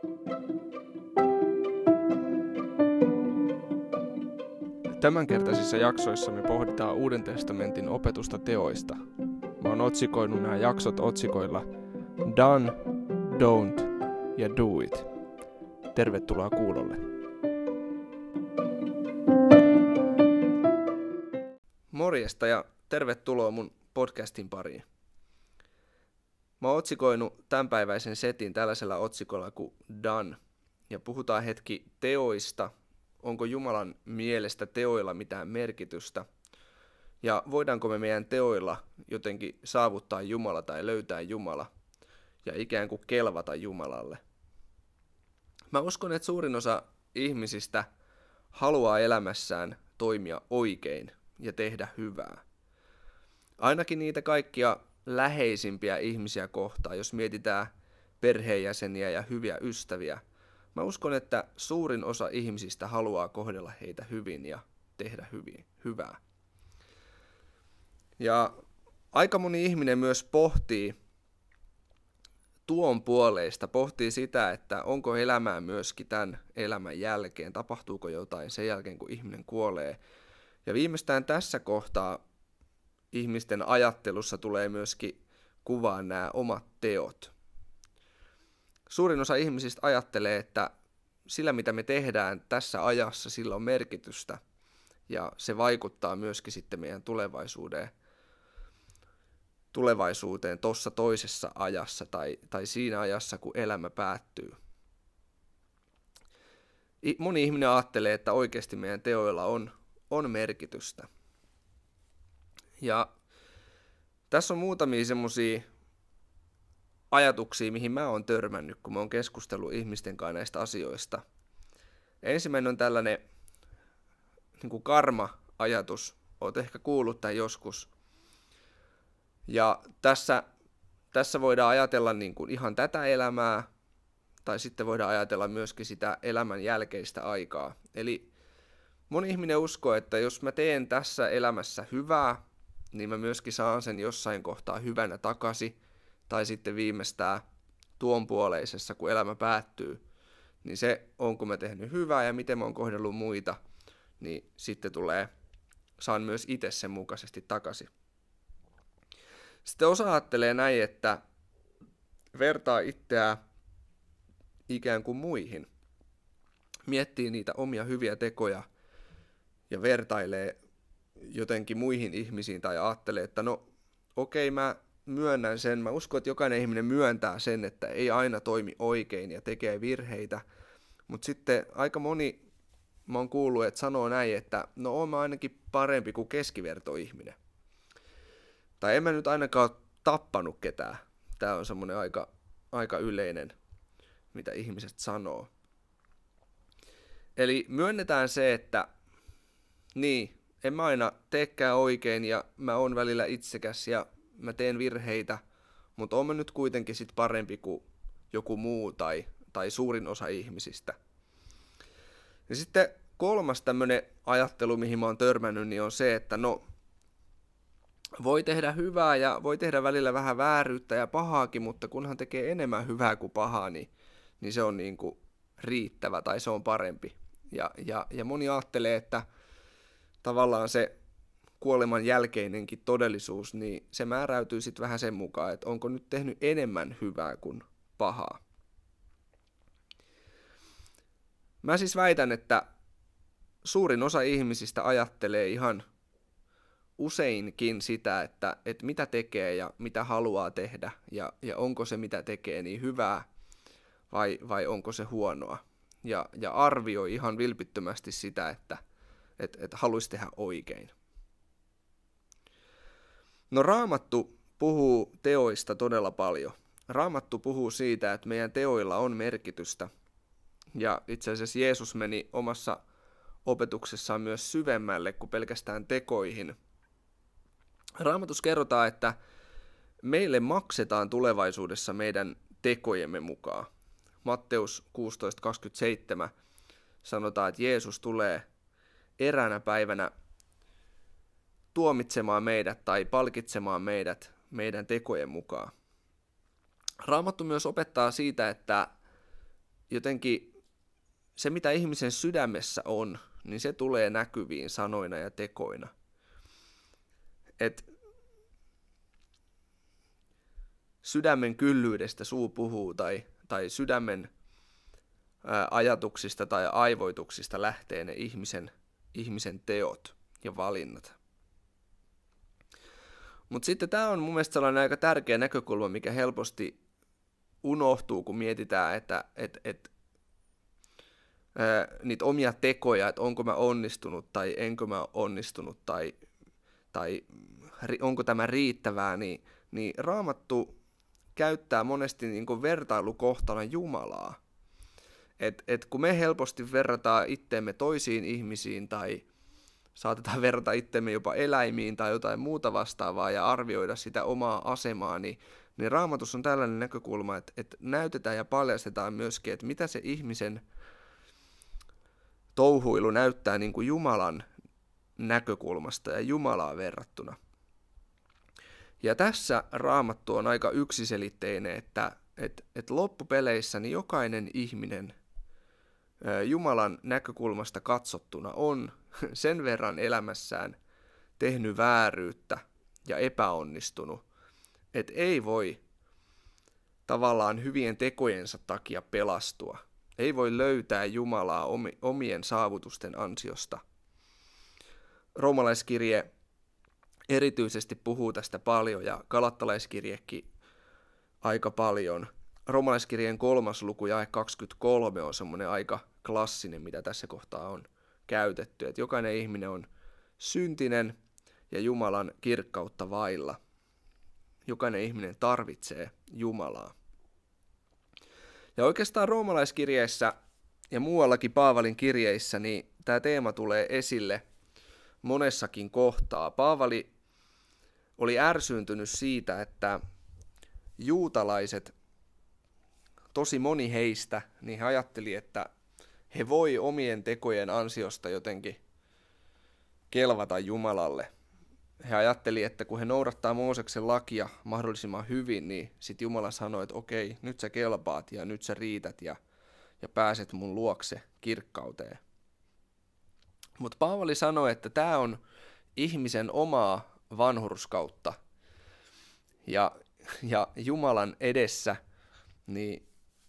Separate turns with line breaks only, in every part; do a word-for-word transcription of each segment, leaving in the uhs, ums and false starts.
Tämänkertaisissa jaksoissa me pohditaan Uuden testamentin opetusta teoista. Mä oon otsikoinut nämä jaksot otsikoilla Done, Don't ja Do It. Tervetuloa kuulolle. Morjesta ja tervetuloa mun podcastin pariin. Mä oon otsikoinut tämänpäiväisen setin tällaisella otsikolla kuin Done. Ja puhutaan hetki teoista. Onko Jumalan mielestä teoilla mitään merkitystä? Ja voidaanko me meidän teoilla jotenkin saavuttaa Jumala tai löytää Jumala ja ikään kuin kelvata Jumalalle? Mä uskon, että suurin osa ihmisistä haluaa elämässään toimia oikein ja tehdä hyvää. Ainakin niitä kaikkia läheisimpiä ihmisiä kohtaan, jos mietitään perheenjäseniä ja hyviä ystäviä. Mä uskon, että suurin osa ihmisistä haluaa kohdella heitä hyvin ja tehdä hyvin, hyvää. Ja aika moni ihminen myös pohtii tuon puoleista, pohtii sitä, että onko elämää myöskin tämän elämän jälkeen, tapahtuuko jotain sen jälkeen, kun ihminen kuolee. Ja viimeistään tässä kohtaa ihmisten ajattelussa tulee myöskin kuvaan nämä omat teot. Suurin osa ihmisistä ajattelee, että sillä mitä me tehdään tässä ajassa, sillä on merkitystä ja se vaikuttaa myöskin sitten meidän tulevaisuuteen, tulevaisuuteen tuossa toisessa ajassa tai, tai siinä ajassa, kun elämä päättyy. Moni ihminen ajattelee, että oikeasti meidän teoilla on, on merkitystä. Ja tässä on muutamia semmoisia ajatuksia, mihin mä oon törmännyt, kun mä oon keskustellut ihmisten kanssa näistä asioista. Ensimmäinen on tällainen niin kuin karma-ajatus. Oot ehkä kuullut tämän joskus. Ja tässä, tässä voidaan ajatella niin kuin ihan tätä elämää, tai sitten voidaan ajatella myöskin sitä elämän jälkeistä aikaa. Eli moni ihminen uskoo, että jos mä teen tässä elämässä hyvää, niin mä myöskin saan sen jossain kohtaa hyvänä takaisin, tai sitten viimeistään tuon puoleisessa, kun elämä päättyy, niin se, onko mä tehnyt hyvää ja miten mä oon kohdellut muita, niin sitten tulee, saan myös itse sen mukaisesti takaisin. Sitten osa ajattelee näin, että vertaa itseään ikään kuin muihin. Miettii niitä omia hyviä tekoja ja vertailee jotenkin muihin ihmisiin tai ajattelee, että no okei, okay, mä myönnän sen. Mä uskon, että jokainen ihminen myöntää sen, että ei aina toimi oikein ja tekee virheitä. Mutta sitten aika moni, mä oon kuullut, että sanoo näin, että no oon mä ainakin parempi kuin keskivertoihminen. Tai en mä nyt ainakaan ole tappanut ketään. Tää on semmonen aika, aika yleinen, mitä ihmiset sanoo. Eli myönnetään se, että niin, en mä aina teekään oikein ja mä oon välillä itsekäs ja mä teen virheitä, mutta oon mä nyt kuitenkin sit parempi kuin joku muu tai, tai suurin osa ihmisistä. Ja sitten kolmas tämmönen ajattelu, mihin mä oon törmännyt, niin on se, että no voi tehdä hyvää ja voi tehdä välillä vähän vääryyttä ja pahaakin, mutta kunhan tekee enemmän hyvää kuin pahaa, niin, niin se on niin kuin riittävä tai se on parempi. Ja, ja, ja moni ajattelee, että tavallaan se kuoleman jälkeinenkin todellisuus, niin se määräytyy sitten vähän sen mukaan, että onko nyt tehnyt enemmän hyvää kuin pahaa. Mä siis väitän, että suurin osa ihmisistä ajattelee ihan useinkin sitä, että, että mitä tekee ja mitä haluaa tehdä ja, ja onko se mitä tekee niin hyvää vai, vai onko se huonoa. Ja, ja arvioi ihan vilpittömästi sitä, että, että, että haluaisi tehdä oikein. No Raamattu puhuu teoista todella paljon. Raamattu puhuu siitä, että meidän teoilla on merkitystä. Ja itse asiassa Jeesus meni omassa opetuksessaan myös syvemmälle kuin pelkästään tekoihin. Raamatussa kerrotaan, että meille maksetaan tulevaisuudessa meidän tekojemme mukaan. Matteus kuusitoista kaksikymmentäseitsemän sanotaan, että Jeesus tulee eräänä päivänä tuomitsemaan meidät tai palkitsemaan meidät meidän tekojen mukaan. Raamattu myös opettaa siitä, että jotenkin se, mitä ihmisen sydämessä on, niin se tulee näkyviin sanoina ja tekoina. Et sydämen kyllyydestä suu puhuu, tai, tai sydämen ää, ajatuksista tai aivoituksista lähtee ne ihmisen, ihmisen teot ja valinnat. Mutta sitten tämä on mun mielestä sellainen aika tärkeä näkökulma, mikä helposti unohtuu, kun mietitään, että et, et, ää, niitä omia tekoja, että onko mä onnistunut tai enkö mä onnistunut tai, tai onko tämä riittävää, niin, niin Raamattu käyttää monesti niin kuin vertailukohtana Jumalaa. Et, et kun me helposti verrataan itteemme toisiin ihmisiin tai saatetaan verrata itteemme jopa eläimiin tai jotain muuta vastaavaa ja arvioida sitä omaa asemaa, niin, niin Raamatussa on tällainen näkökulma, että, että näytetään ja paljastetaan myöskin, että mitä se ihmisen touhuilu näyttää niin kuin Jumalan näkökulmasta ja Jumalaa verrattuna. Ja tässä Raamattu on aika yksiselitteinen, että, että, että loppupeleissä niin jokainen ihminen Jumalan näkökulmasta katsottuna on sen verran elämässään tehnyt vääryyttä ja epäonnistunut, että ei voi tavallaan hyvien tekojensa takia pelastua. Ei voi löytää Jumalaa omien saavutusten ansiosta. Roomalaiskirje erityisesti puhuu tästä paljon ja Galattalaiskirjekin aika paljon. Roomalaiskirjeen kolmas luku jae kaksikymmentäkolme on semmoinen aika klassinen, mitä tässä kohtaa on käytetty. Että jokainen ihminen on syntinen ja Jumalan kirkkautta vailla. Jokainen ihminen tarvitsee Jumalaa. Ja oikeastaan roomalaiskirjeessä ja muuallakin Paavalin kirjeissä niin tämä teema tulee esille monessakin kohtaa. Paavali oli ärsyyntynyt siitä, että juutalaiset, tosi moni heistä, niin he ajatteli, että he voi omien tekojen ansiosta jotenkin kelvata Jumalalle. He ajatteli, että kun he noudattaa Mooseksen lakia mahdollisimman hyvin, niin sitten Jumala sanoi, että okei, nyt sä kelpaat ja nyt sä riität ja, ja pääset mun luokse kirkkauteen. Mutta Paavali sanoi, että tämä on ihmisen omaa vanhurskautta ja, ja Jumalan edessä, niin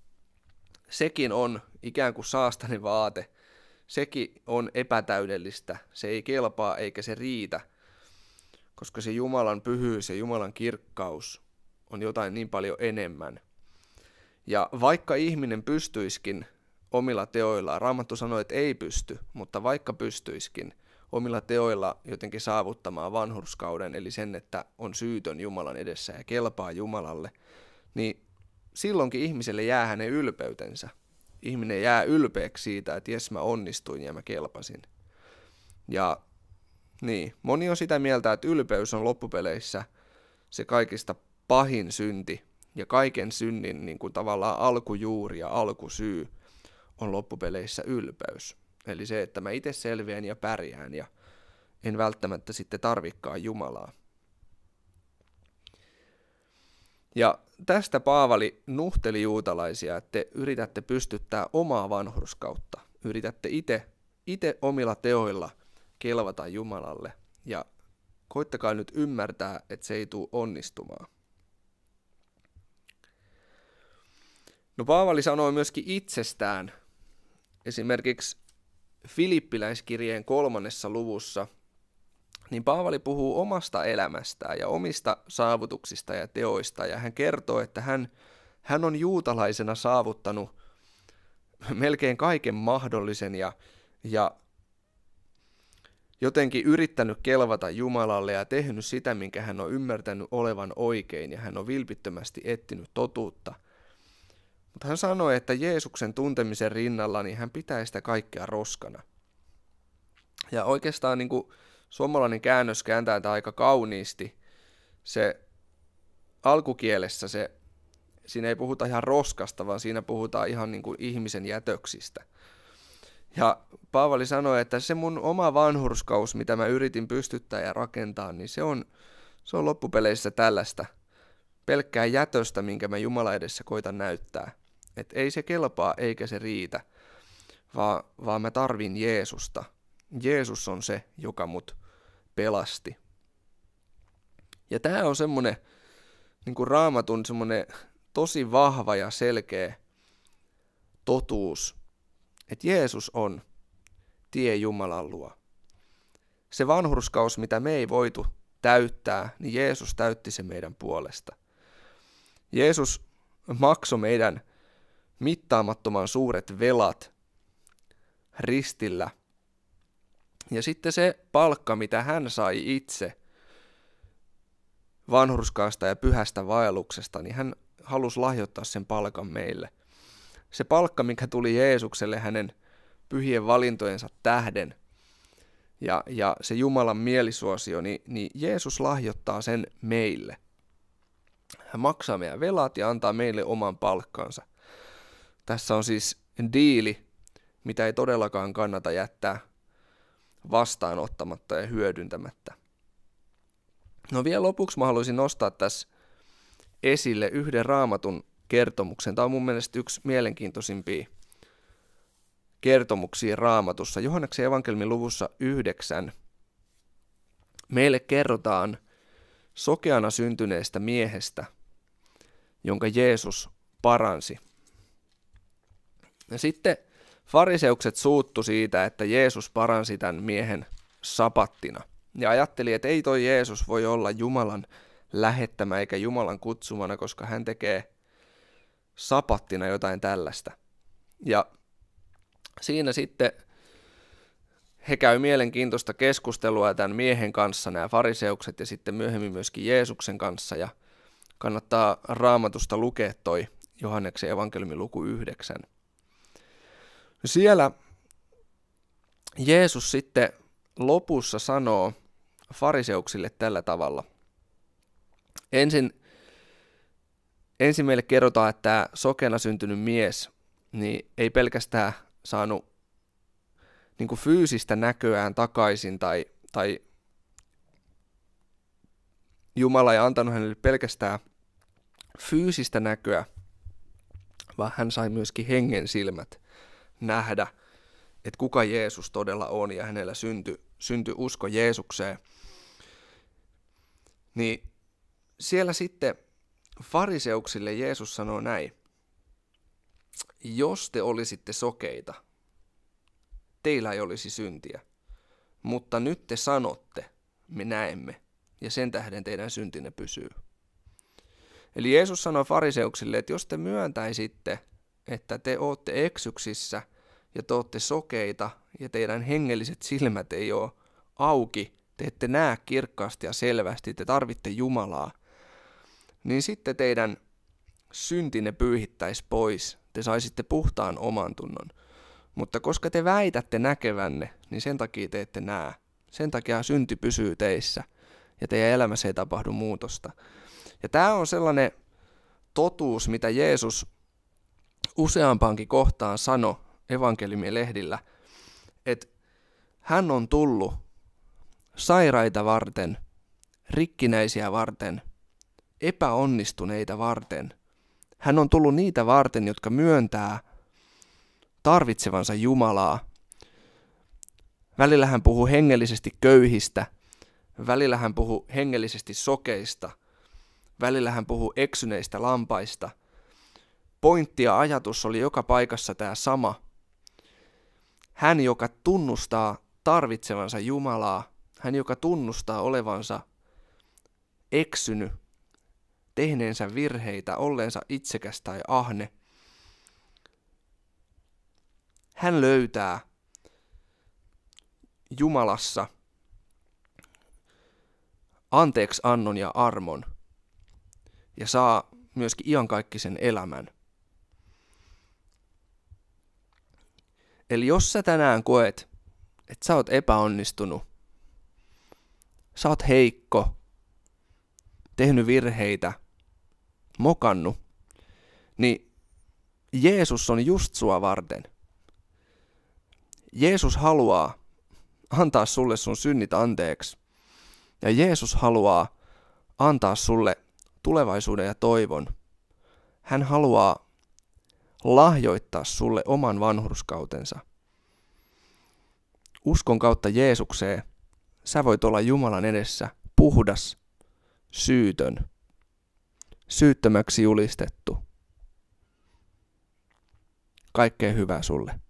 sekin on ikään kuin saastainen vaate, sekin on epätäydellistä, se ei kelpaa eikä se riitä, koska se Jumalan pyhyys ja Jumalan kirkkaus on jotain niin paljon enemmän. Ja vaikka ihminen pystyiskin omilla teoillaan, Raamattu sanoi, että ei pysty, mutta vaikka pystyiskin omilla teoilla jotenkin saavuttamaan vanhurskauden, eli sen, että on syytön Jumalan edessä ja kelpaa Jumalalle, niin silloinkin ihmiselle jää hänen ylpeytensä. Ihminen jää ylpeäksi siitä, että jes, mä onnistuin ja mä kelpasin. Ja niin, moni on sitä mieltä, että ylpeys on loppupeleissä se kaikista pahin synti ja kaiken synnin niin kuin tavallaan alkujuuri ja alkusyy on loppupeleissä ylpeys. Eli se, että mä itse selviän ja pärjään ja en välttämättä sitten tarvikaan Jumalaa. Ja tästä Paavali nuhteli juutalaisia, että te yritätte pystyttää omaa vanhurskautta. Yritätte itse, itse omilla teoilla kelvata Jumalalle. Ja koittakaa nyt ymmärtää, että se ei tule onnistumaan. No Paavali sanoi myöskin itsestään, esimerkiksi Filippiläiskirjeen kolmannessa luvussa, niin Paavali puhuu omasta elämästään ja omista saavutuksista ja teoista, ja hän kertoo, että hän, hän on juutalaisena saavuttanut melkein kaiken mahdollisen ja, ja jotenkin yrittänyt kelvata Jumalalle ja tehnyt sitä, minkä hän on ymmärtänyt olevan oikein, ja hän on vilpittömästi etsinyt totuutta. Mutta hän sanoi, että Jeesuksen tuntemisen rinnalla niin hän pitää sitä kaikkea roskana. Ja oikeastaan niin kuin suomalainen käännös kääntää tämä aika kauniisti. Se alkukielessä se, siinä ei puhuta ihan roskasta, vaan siinä puhutaan ihan niin kuin ihmisen jätöksistä. Ja Paavali sanoi, että se mun oma vanhurskaus, mitä mä yritin pystyttää ja rakentaa, niin se on, se on loppupeleissä tällaista pelkkää jätöstä, minkä mä Jumala edessä koitan näyttää. Että ei se kelpaa eikä se riitä, vaan, vaan mä tarvin Jeesusta. Jeesus on se, joka mut pelasti. Ja tää on semmonen niin kuin Raamatun semmonen tosi vahva ja selkeä totuus, että Jeesus on tie Jumalan luo. Se vanhurskaus, mitä me ei voitu täyttää, niin Jeesus täytti se meidän puolesta. Jeesus maksoi meidän mittaamattoman suuret velat ristillä. Ja sitten se palkka, mitä hän sai itse vanhurskaasta ja pyhästä vaelluksesta, niin hän halusi lahjoittaa sen palkan meille. Se palkka, mikä tuli Jeesukselle hänen pyhien valintojensa tähden, ja, ja se Jumalan mielisuosio, niin, niin Jeesus lahjoittaa sen meille. Hän maksaa meidän velat ja antaa meille oman palkkansa. Tässä on siis diili, mitä ei todellakaan kannata jättää vastaanottamatta ja hyödyntämättä. No vielä lopuksi mä haluaisin nostaa tässä esille yhden Raamatun kertomuksen. Tämä on mun mielestä yksi mielenkiintoisimpia kertomuksia Raamatussa. Johanneksen evankeliumin luvussa yhdeksän meille kerrotaan sokeana syntyneestä miehestä, jonka Jeesus paransi. Ja sitten fariseukset suuttu siitä, että Jeesus paransi tämän miehen sapattina. Ja ajatteli, että ei toi Jeesus voi olla Jumalan lähettämä eikä Jumalan kutsumana, koska hän tekee sapattina jotain tällaista. Ja siinä sitten he käy mielenkiintoista keskustelua tämän miehen kanssa, nämä fariseukset, ja sitten myöhemmin myöskin Jeesuksen kanssa. Ja kannattaa Raamatusta lukea toi Johanneksen evankeliumin luku yhdeksän. Siellä Jeesus sitten lopussa sanoo fariseuksille tällä tavalla. Ensin, ensin meille kerrotaan, että tämä sokeana syntynyt mies niin ei pelkästään saanut niin kuin fyysistä näköään takaisin, tai, tai Jumala ei antanut hänelle pelkästään fyysistä näköä, vaan hän sai myöskin hengen silmät nähdä, että kuka Jeesus todella on, ja hänellä syntyi, syntyi usko Jeesukseen. Niin siellä sitten fariseuksille Jeesus sanoo näin: jos te olisitte sokeita, teillä ei olisi syntiä, mutta nyt te sanotte, me näemme, ja sen tähden teidän syntinne pysyy. Eli Jeesus sanoi fariseuksille, että jos te myöntäisitte, että te ootte eksyksissä ja te ootte sokeita ja teidän hengelliset silmät ei ole auki, te ette näe kirkkaasti ja selvästi, te tarvitte Jumalaa, niin sitten teidän syntinne pyyhittäisi pois, te saisitte puhtaan oman tunnon. Mutta koska te väitätte näkevänne, niin sen takia te ette näe. Sen takia synti pysyy teissä ja teidän elämässä ei tapahdu muutosta. Ja tämä on sellainen totuus, mitä Jeesus useampaankin kohtaan sanoi evankeliumien lehdillä, että hän on tullut sairaita varten, rikkinäisiä varten, epäonnistuneita varten. Hän on tullut niitä varten, jotka myöntää tarvitsevansa Jumalaa. Välillä hän puhuu hengellisesti köyhistä, välillä hän puhuu hengellisesti sokeista, välillä hän puhuu eksyneistä lampaista. Pointti ja ajatus oli joka paikassa tämä sama. Hän, joka tunnustaa tarvitsevansa Jumalaa, hän, joka tunnustaa olevansa eksynyt, tehneensä virheitä, olleensa itsekäs tai ahne, hän löytää Jumalassa anteeksi annon ja armon ja saa myöskin iankaikkisen elämän. Eli jos sä tänään koet, että sä oot epäonnistunut, sä oot heikko, tehnyt virheitä, mokannut, niin Jeesus on just sua varten. Jeesus haluaa antaa sulle sun synnit anteeksi. Ja Jeesus haluaa antaa sulle tulevaisuuden ja toivon. Hän haluaa lahjoittaa sulle oman vanhurskautensa. Uskon kautta Jeesukseen sä voit olla Jumalan edessä puhdas, syytön, syyttömäksi julistettu. Kaikkea hyvää sulle.